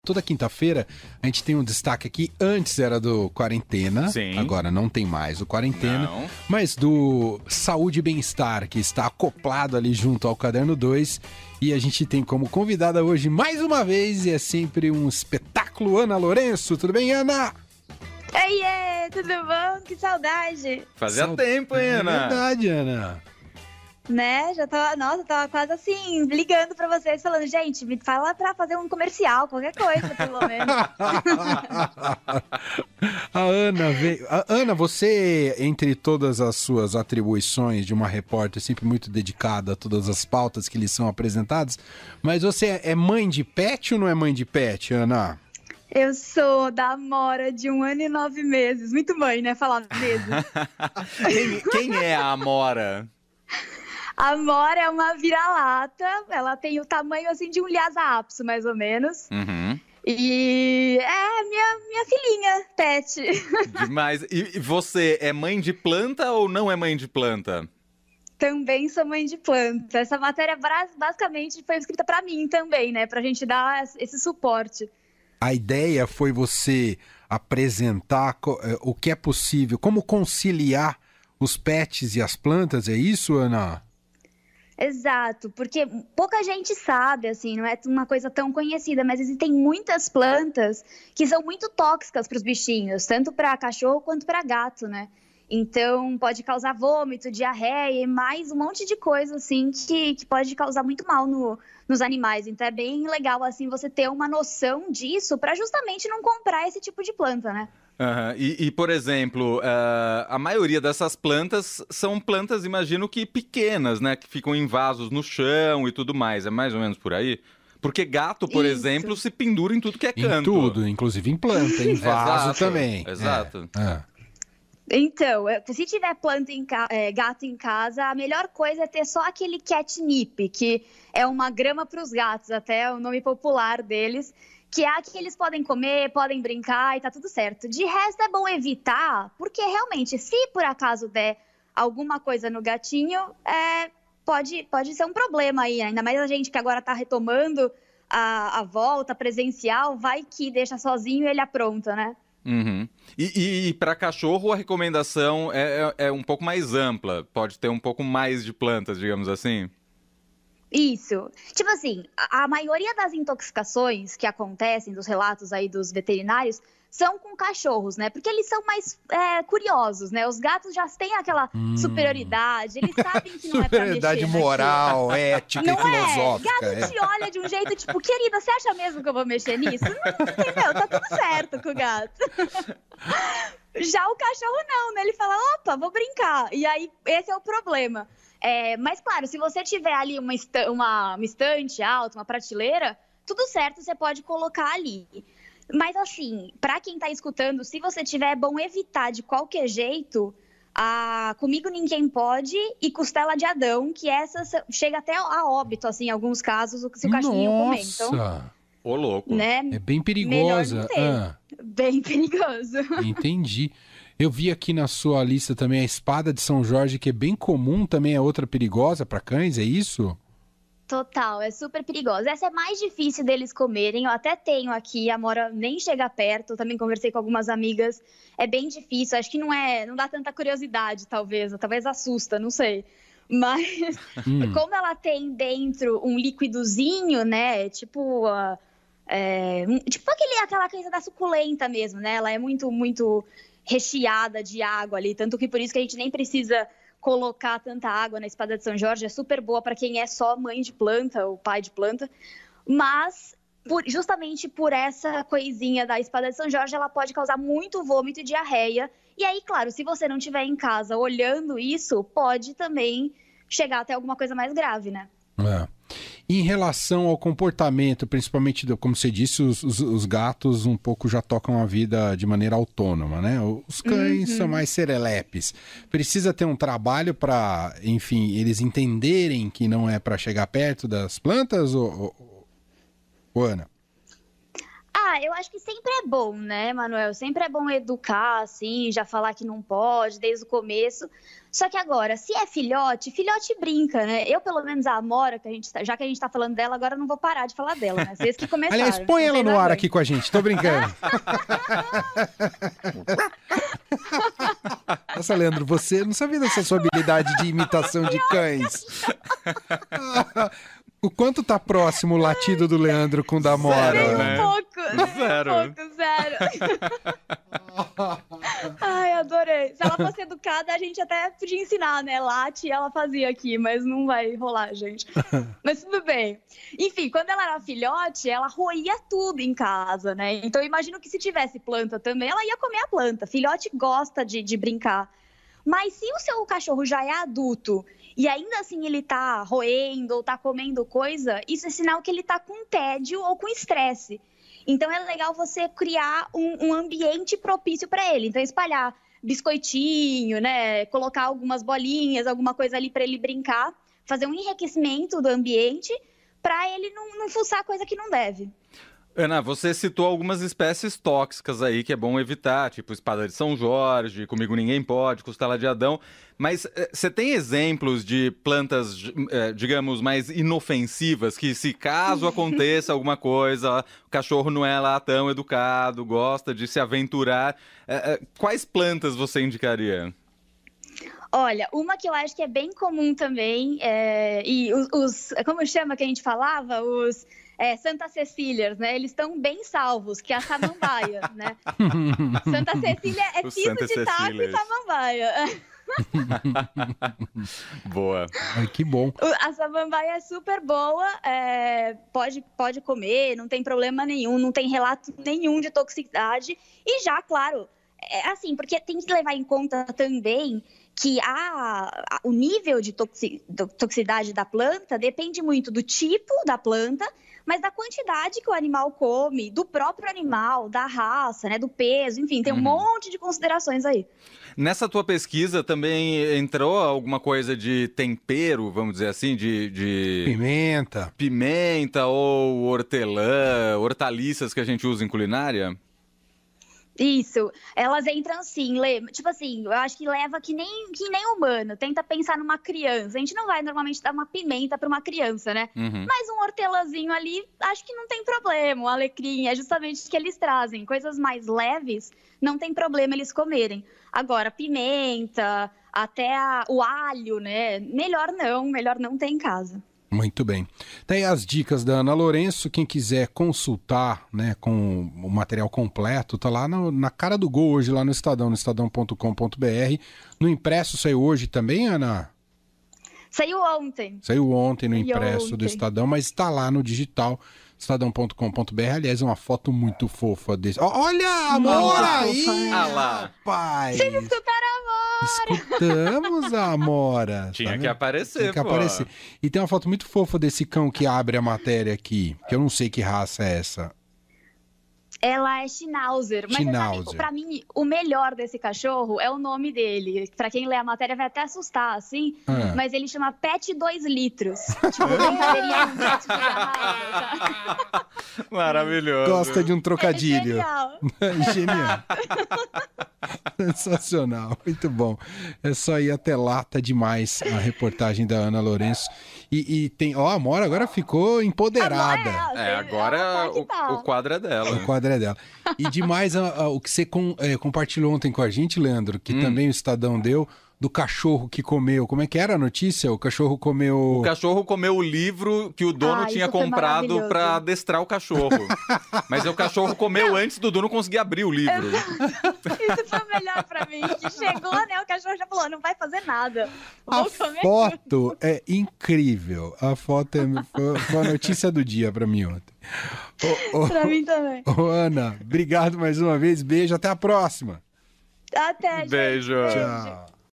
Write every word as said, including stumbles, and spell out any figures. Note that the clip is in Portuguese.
Toda quinta-feira a gente tem um destaque aqui. Antes era do Quarentena, Sim. Agora não tem mais o Quarentena, Não. mas do Saúde e Bem-Estar, que está acoplado ali junto ao Caderno dois. E a gente tem como convidada hoje mais uma vez, e é sempre um espetáculo, Ana Lourenço. Tudo bem, Ana? Oiê, tudo bom? Que saudade. Fazia Sau- tempo, hein, É Ana? verdade, Ana. Né? Já tava, nossa, tava quase assim, ligando pra vocês, falando, gente, me fala pra fazer um comercial, qualquer coisa, pelo menos. A Ana veio. A Ana, você, entre todas as suas atribuições de uma repórter sempre muito dedicada a todas as pautas que lhe são apresentadas, mas você é mãe de pet ou não é mãe de pet, Ana? Eu sou da Amora de um ano e nove meses. Muito mãe, né? Falar meses. Quem, quem é a Amora? A Amora é uma vira-lata, ela tem o tamanho assim de um Lhasa Apso, mais ou menos. Uhum. E é minha, minha filhinha, pet. Demais. E e você é mãe de planta ou não é mãe de planta? Também sou mãe de planta. Essa matéria bra- basicamente foi escrita pra mim também, né? Pra gente dar esse suporte. A ideia foi você apresentar co- eh, o que é possível, como conciliar os pets e as plantas, é isso, Ana? Exato, porque pouca gente sabe, assim, não é uma coisa tão conhecida, mas existem muitas plantas que são muito tóxicas para os bichinhos, tanto para cachorro quanto para gato, né? Então, pode causar vômito, diarreia e mais um monte de coisa, assim, que, que pode causar muito mal no, nos animais. Então, é bem legal, assim, você ter uma noção disso para justamente não comprar esse tipo de planta, né? Aham. E, e, por exemplo, ah, a maioria dessas plantas são plantas, imagino que pequenas, né? Que ficam em vasos no chão e tudo mais. É mais ou menos por aí? Porque gato, por Isso. exemplo, se pendura em tudo que é Em canto. tudo, inclusive em planta, em vaso Exato, também. exato. É, é. Então, é, se tiver planta em ca- é, gato em casa, a melhor coisa é ter só aquele catnip, que é uma grama para os gatos, até é o nome popular deles, que é a que eles podem comer, podem brincar e tá tudo certo. De resto, é bom evitar, porque realmente, se por acaso der alguma coisa no gatinho, é, pode, pode ser um problema aí, ainda mais a gente que agora tá retomando a, a volta presencial, vai que deixa sozinho e ele apronta, né? Uhum. E, e, para cachorro a recomendação é, é, é um pouco mais ampla. Pode ter um pouco mais de plantas, digamos assim. Isso. Tipo assim, a, a maioria das intoxicações que acontecem, dos relatos aí dos veterinários, são com cachorros, né? Porque eles são mais é, curiosos, né? Os gatos já têm aquela Hum. superioridade, eles sabem que não é pra mexer Superioridade naquilo. moral, ética Não e filosófica. é? Gato te olha de um jeito tipo, querida, você acha mesmo que eu vou mexer nisso? Não, entendeu? Tá tudo certo com o gato. Já o cachorro não, né? Ele fala, opa, vou brincar. E aí, esse é o problema. É, mas, claro, se você tiver ali uma, esta- uma, uma estante alta, uma prateleira, tudo certo, você pode colocar ali. Mas, assim, pra quem tá escutando, se você tiver, é bom evitar de qualquer jeito a Comigo Ninguém Pode e Costela de Adão, que essa chega até a óbito, assim, em alguns casos, se o cachorrinho comer. Então, Nossa, Ô, louco. né, é bem melhor perigosa. não ter. Ah, Bem perigoso. entendi. Eu vi aqui na sua lista também a espada de São Jorge, que é bem comum, também é outra perigosa para cães, é isso? Total, é super perigosa. Essa é mais difícil deles comerem. Eu até tenho aqui, a Amora nem chega perto. Eu também conversei com algumas amigas. É bem difícil. Acho que não é, não dá tanta curiosidade, talvez. Ou talvez assusta, não sei. Mas Hum. como ela tem dentro um líquidozinho, né? Tipo, ah, é, um- tipo aquele, aquela coisa da suculenta mesmo, né? Ela é muito, muito recheada de água ali. Tanto que por isso que a gente nem precisa colocar tanta água na espada de São Jorge. É super boa para quem é só mãe de planta ou pai de planta. Mas, por- justamente por essa coisinha da espada de São Jorge, ela pode causar muito vômito e diarreia. E aí, claro, se você não estiver em casa olhando isso, pode também chegar até alguma coisa mais grave, né? É. Em relação ao comportamento, principalmente, do- como você disse, os, os- os gatos um pouco já tocam a vida de maneira autônoma, né? Os cães Uhum. são mais serelepes. Precisa ter um trabalho para, enfim, eles entenderem que não é para chegar perto das plantas, ou, ou, ou, Ana? Ah, Ah, eu acho que sempre é bom, né, Manuel? Sempre é bom educar, assim, já falar que não pode desde o começo. Só que agora, se é filhote, filhote brinca, né? Eu, pelo menos, a Amora, que a gente tá, já que a gente tá falando dela, agora eu não vou parar de falar dela, né? Vocês que começaram. Aliás, põe ela no ar aguentam. aqui com a gente, tô brincando. Nossa, Leandro, você não sabia dessa sua habilidade de imitação de cães. O quanto tá próximo o latido do Leandro com o da Amora? Zero, Nem né? um pouco, nem Zero. um pouco, zero. Ai, adorei. Se ela fosse educada, a gente até podia ensinar, né? Late, ela fazia aqui, mas não vai rolar, gente. Mas tudo bem. Enfim, quando ela era filhote, ela roía tudo em casa, né? Então eu imagino que se tivesse planta também, ela ia comer a planta. Filhote gosta de, de brincar. Mas se o seu cachorro já é adulto e ainda assim ele tá roendo ou tá comendo coisa, isso é sinal que ele tá com tédio ou com estresse. Então é legal você criar um, um ambiente propício para ele. Então espalhar biscoitinho, né, colocar algumas bolinhas, alguma coisa ali para ele brincar, fazer um enriquecimento do ambiente para ele não, não fuçar coisa que não deve. Ana, você citou algumas espécies tóxicas aí que é bom evitar, tipo espada de São Jorge, comigo ninguém pode, costela de Adão, mas você eh, tem exemplos de plantas, eh, digamos, mais inofensivas, que se caso aconteça alguma coisa, o cachorro não é lá tão educado, gosta de se aventurar, eh, eh, quais plantas você indicaria? Olha, uma que eu acho que é bem comum também, é, e os, os, como chama que a gente falava? Os é, Santa Cecílias, né? Eles estão bem salvos, que é a samambaia, né? Santa Cecília é Os piso Santa de taco e Cecílias. samambaia. Boa. Ai, que bom. A samambaia é super boa, é, pode, pode comer, não tem problema nenhum, não tem relato nenhum de toxicidade. E já, claro, é assim, porque tem que levar em conta também que a, a, o nível de toxi, do, toxicidade da planta depende muito do tipo da planta, mas da quantidade que o animal come, do próprio animal, da raça, né, do peso, enfim, tem um Uhum. monte de considerações aí. Nessa tua pesquisa também entrou alguma coisa de tempero, vamos dizer assim, de, de Pimenta. pimenta ou hortelã, hortaliças que a gente usa em culinária? Isso, elas entram sim, Lê. Tipo assim, eu acho que leva que nem, que nem humano. Tenta pensar numa criança. A gente não vai normalmente dar uma pimenta para uma criança, né? Uhum. Mas um hortelãzinho ali, acho que não tem problema. Um alecrim, é justamente o que eles trazem. Coisas mais leves, não tem problema eles comerem. Agora, pimenta, até a- o alho, né? Melhor não, melhor não ter em casa. Muito bem. Tem as dicas da Ana Lourenço. Quem quiser consultar, né, com o material completo, tá lá no- na cara do gol hoje, lá no Estadão, no estadão ponto com ponto br. No impresso saiu hoje também, Ana? Saiu ontem. Saiu ontem no Saiu impresso do ontem. Estadão, mas está lá no digital, estadão ponto com ponto br. Aliás, é uma foto muito fofa desse. Ó, olha a Muito Amora fofa, aí, né? Ah lá. rapaz! Escutaram a voz! Escutamos a Amora. Tinha tá que vendo? aparecer, Tinha que pô. aparecer. E tem uma foto muito fofa desse cão que abre a matéria aqui, que eu não sei que raça é essa. Ela é Schnauzer, mas Schnauzer. sabe, pra mim, o melhor desse cachorro é o nome dele. Pra quem lê a matéria vai até assustar, assim, Ah. mas ele chama Pet dois litros. Tipo, brincadeirinha com pet de garrafa, tá? Maravilhoso. Gosta de um É trocadilho. genial. Genial. Sensacional, muito bom. É só ir até lá, tá demais a reportagem da Ana Lourenço. E, e tem, ó, a Amora agora ficou empoderada. Amor, É, agora ela pode o, tá. o quadro é dela. O quadro é dela. E demais a- a- o que você com- é, compartilhou ontem com a gente, Leandro, que Hum. também o Estadão deu, do cachorro que comeu. Como é que era a notícia? O cachorro comeu. O cachorro comeu o livro que o dono Ah, tinha isso foi comprado maravilhoso. pra adestrar o cachorro. Mas o cachorro comeu antes do dono conseguir abrir o livro. Isso foi o melhor pra mim. Que chegou, né? O cachorro já falou: não vai fazer nada. A Vou comer. foto é incrível. A foto é, foi, foi a notícia do dia pra mim ontem. Ô, ô, Pra mim também. ô, Ana, obrigado mais uma vez. Beijo, até a próxima. Até, gente. Beijo. Tchau.